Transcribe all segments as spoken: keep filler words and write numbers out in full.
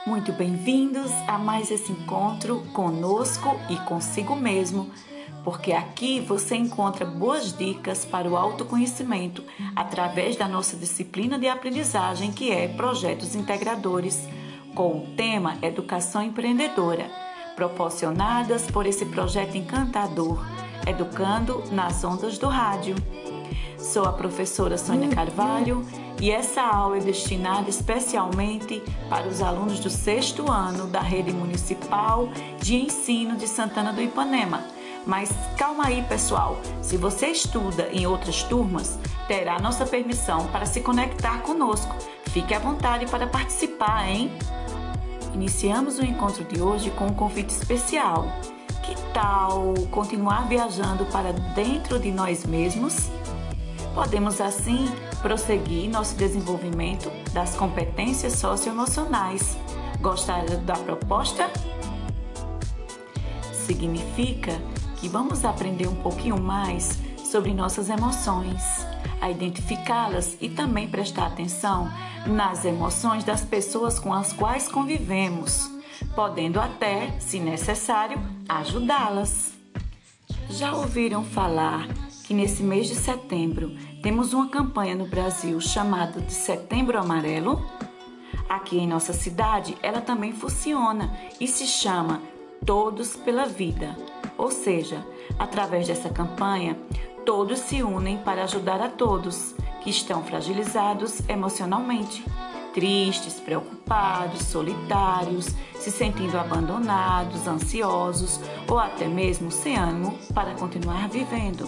Muito bem-vindos a mais esse encontro conosco e consigo mesmo, porque aqui você encontra boas dicas para o autoconhecimento através da nossa disciplina de aprendizagem, que é Projetos Integradores, com o tema Educação Empreendedora, proporcionadas por esse projeto encantador, Educando nas Ondas do Rádio. Sou a professora Sônia Carvalho e essa aula é destinada especialmente para os alunos do sexto ano da Rede Municipal de Ensino de Santana do Ipanema. Mas calma aí, pessoal, se você estuda em outras turmas, terá nossa permissão para se conectar conosco. Fique à vontade para participar, hein? Iniciamos o encontro de hoje com um convite especial. Que tal continuar viajando para dentro de nós mesmos? Podemos, assim, prosseguir nosso desenvolvimento das competências socioemocionais. Gostaram da proposta? Significa que vamos aprender um pouquinho mais sobre nossas emoções, a identificá-las e também prestar atenção nas emoções das pessoas com as quais convivemos, podendo até, se necessário, ajudá-las. Já ouviram falar que nesse mês de setembro temos uma campanha no Brasil chamada de Setembro Amarelo? Aqui em nossa cidade ela também funciona e se chama Todos pela Vida. Ou seja, através dessa campanha, todos se unem para ajudar a todos que estão fragilizados emocionalmente, tristes, preocupados, solitários, se sentindo abandonados, ansiosos ou até mesmo sem ânimo para continuar vivendo.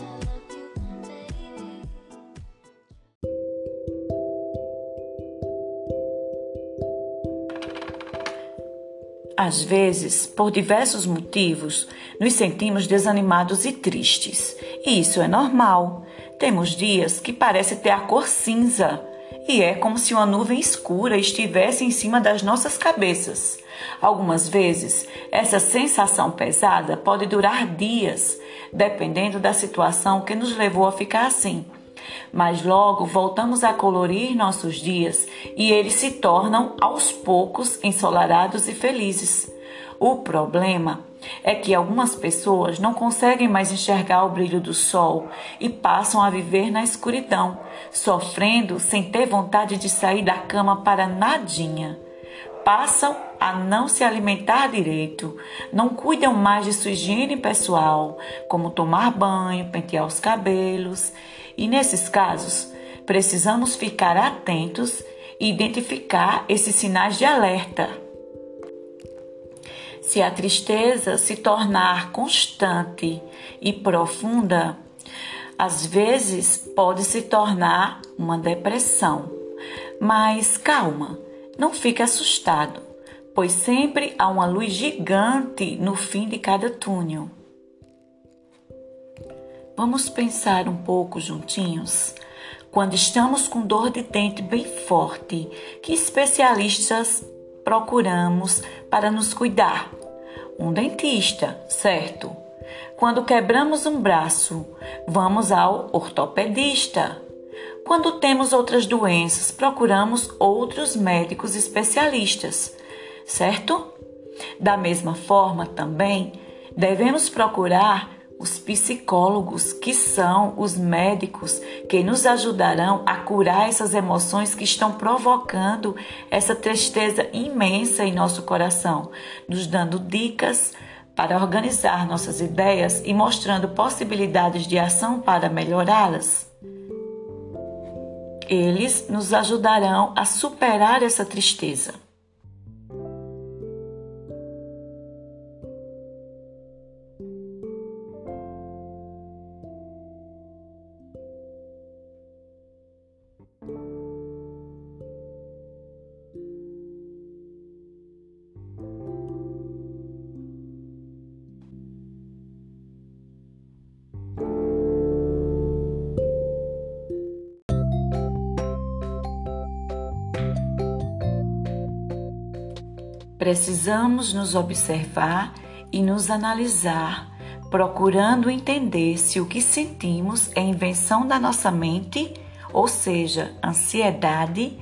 Às vezes, por diversos motivos, nos sentimos desanimados e tristes. E isso é normal. Temos dias que parecem ter a cor cinza e é como se uma nuvem escura estivesse em cima das nossas cabeças. Algumas vezes, essa sensação pesada pode durar dias, dependendo da situação que nos levou a ficar assim. Mas logo voltamos a colorir nossos dias e eles se tornam, aos poucos, ensolarados e felizes. O problema é que algumas pessoas não conseguem mais enxergar o brilho do sol e passam a viver na escuridão, sofrendo sem ter vontade de sair da cama para nadinha. Passam a não se alimentar direito, não cuidam mais de sua higiene pessoal, como tomar banho, pentear os cabelos. E nesses casos, precisamos ficar atentos e identificar esses sinais de alerta. Se a tristeza se tornar constante e profunda, às vezes pode se tornar uma depressão. Mas calma, não fique assustado, pois sempre há uma luz gigante no fim de cada túnel. Vamos pensar um pouco juntinhos? Quando estamos com dor de dente bem forte, que especialistas procuramos para nos cuidar? Um dentista, certo? Quando quebramos um braço, vamos ao ortopedista. Quando temos outras doenças, procuramos outros médicos especialistas, certo? Da mesma forma, também, devemos procurar os psicólogos, que são os médicos que nos ajudarão a curar essas emoções que estão provocando essa tristeza imensa em nosso coração, nos dando dicas para organizar nossas ideias e mostrando possibilidades de ação para melhorá-las. Eles nos ajudarão a superar essa tristeza. Precisamos nos observar e nos analisar, procurando entender se o que sentimos é invenção da nossa mente, ou seja, ansiedade,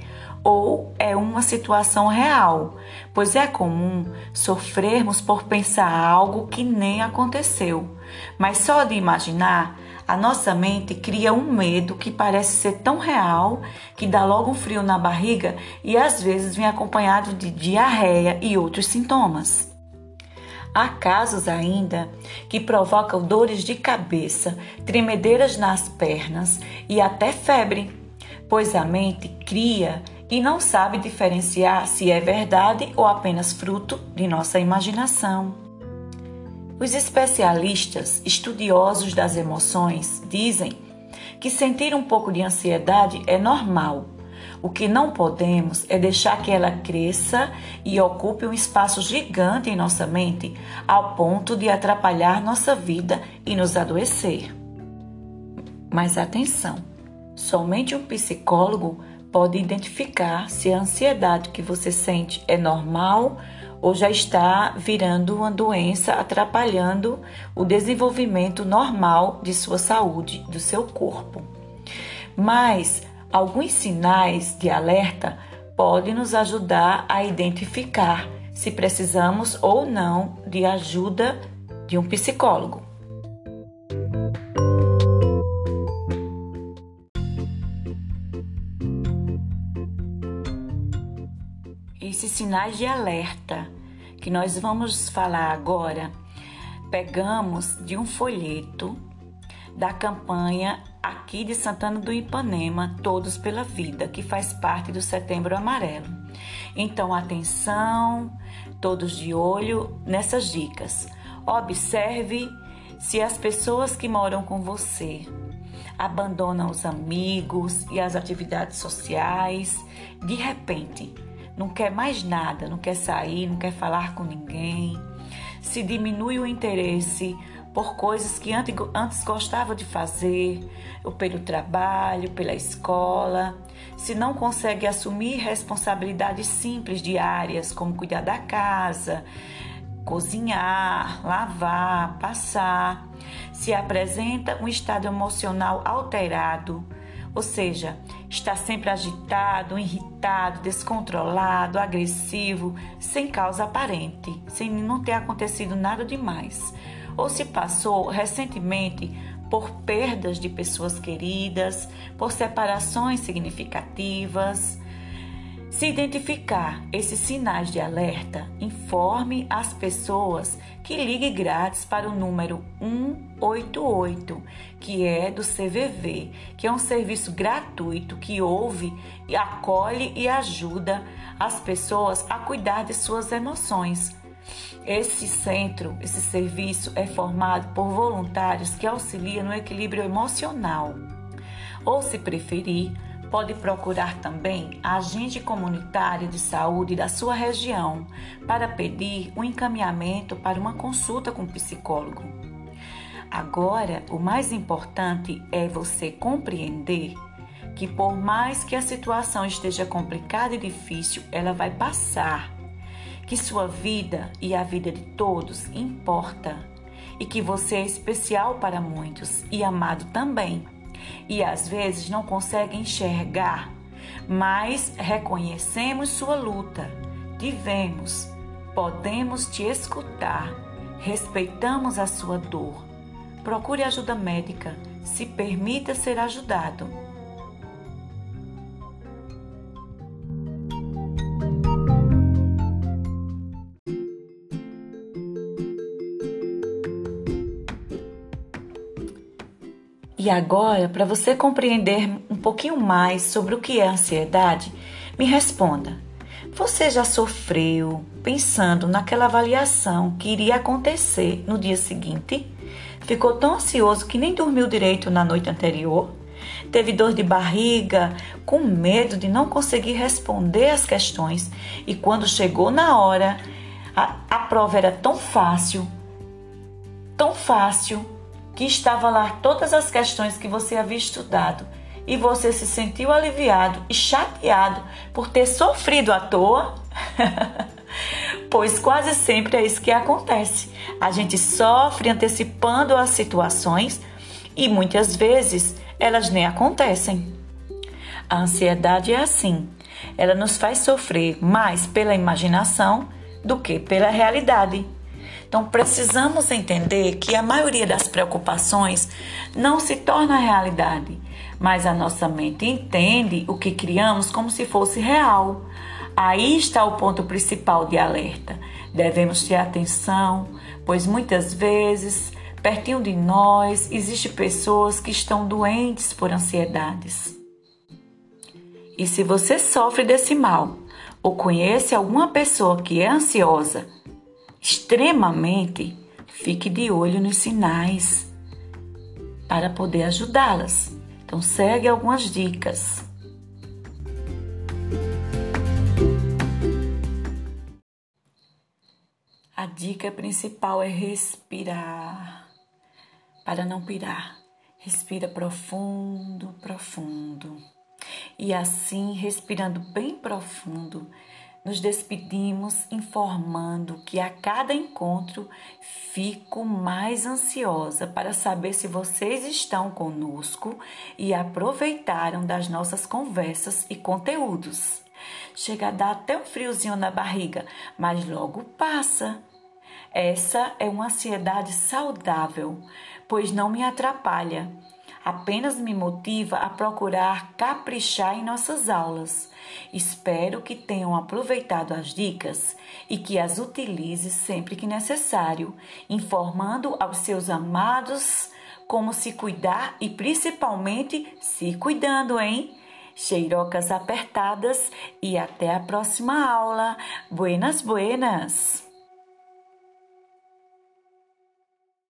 ou é uma situação real, pois é comum sofrermos por pensar algo que nem aconteceu, mas só de imaginar, a nossa mente cria um medo que parece ser tão real que dá logo um frio na barriga e às vezes vem acompanhado de diarreia e outros sintomas. Há casos ainda que provocam dores de cabeça, tremedeiras nas pernas e até febre, pois a mente cria e não sabe diferenciar se é verdade ou apenas fruto de nossa imaginação. Os especialistas, estudiosos das emoções, dizem que sentir um pouco de ansiedade é normal. O que não podemos é deixar que ela cresça e ocupe um espaço gigante em nossa mente, ao ponto de atrapalhar nossa vida e nos adoecer. Mas atenção, somente um psicólogo pode identificar se a ansiedade que você sente é normal ou já está virando uma doença, atrapalhando o desenvolvimento normal de sua saúde, do seu corpo. Mas alguns sinais de alerta podem nos ajudar a identificar se precisamos ou não de ajuda de um psicólogo. Esses sinais de alerta que nós vamos falar agora, pegamos de um folheto da campanha aqui de Santana do Ipanema, Todos pela Vida, que faz parte do Setembro Amarelo. Então, atenção, todos de olho nessas dicas. Observe se as pessoas que moram com você abandonam os amigos e as atividades sociais, de repente, não quer mais nada, não quer sair, não quer falar com ninguém, se diminui o interesse por coisas que antes gostava de fazer, ou pelo trabalho, pela escola, se não consegue assumir responsabilidades simples diárias, como cuidar da casa, cozinhar, lavar, passar, se apresenta um estado emocional alterado, ou seja, está sempre agitado, irritado, descontrolado, agressivo, sem causa aparente, sem não ter acontecido nada demais. Ou se passou recentemente por perdas de pessoas queridas, por separações significativas. Se identificar esses sinais de alerta, informe as pessoas que ligue grátis para o número um oito oito, que é do C V V, que é um serviço gratuito que ouve, acolhe e ajuda as pessoas a cuidar de suas emoções. Esse centro, esse serviço é formado por voluntários que auxiliam no equilíbrio emocional. Ou, se preferir, pode procurar também a agente comunitária de saúde da sua região para pedir um encaminhamento para uma consulta com um psicólogo. Agora, o mais importante é você compreender que, por mais que a situação esteja complicada e difícil, ela vai passar, que sua vida e a vida de todos importa e que você é especial para muitos e amado também. E às vezes não consegue enxergar, mas reconhecemos sua luta, te vemos, podemos te escutar, respeitamos a sua dor. Procure ajuda médica, se permita ser ajudado. E agora, para você compreender um pouquinho mais sobre o que é ansiedade, me responda. Você já sofreu pensando naquela avaliação que iria acontecer no dia seguinte? Ficou tão ansioso que nem dormiu direito na noite anterior? Teve dor de barriga, com medo de não conseguir responder as questões, e quando chegou na hora, a, a prova era tão fácil, tão fácil, que estava lá todas as questões que você havia estudado e você se sentiu aliviado e chateado por ter sofrido à toa? Pois quase sempre é isso que acontece. A gente sofre antecipando as situações e muitas vezes elas nem acontecem. A ansiedade é assim. ela nos faz sofrer mais pela imaginação do que pela realidade. Então, precisamos entender que a maioria das preocupações não se torna realidade, mas a nossa mente entende o que criamos como se fosse real. Aí está o ponto principal de alerta. Devemos ter atenção, pois muitas vezes, pertinho de nós, existem pessoas que estão doentes por ansiedades. E se você sofre desse mal, ou conhece alguma pessoa que é ansiosa, extremamente, fique de olho nos sinais para poder ajudá-las. Então, segue algumas dicas. A dica principal é respirar, para não pirar. Respira profundo, profundo. E assim, respirando bem profundo, nos despedimos informando que a cada encontro fico mais ansiosa para saber se vocês estão conosco e aproveitaram das nossas conversas e conteúdos. Chega a dar até um friozinho na barriga, mas logo passa. Essa é uma ansiedade saudável, pois não me atrapalha. Apenas me motiva a procurar caprichar em nossas aulas. Espero que tenham aproveitado as dicas e que as utilize sempre que necessário, informando aos seus amados como se cuidar e principalmente se cuidando, hein? Cheirocas apertadas e até a próxima aula. Buenas, buenas!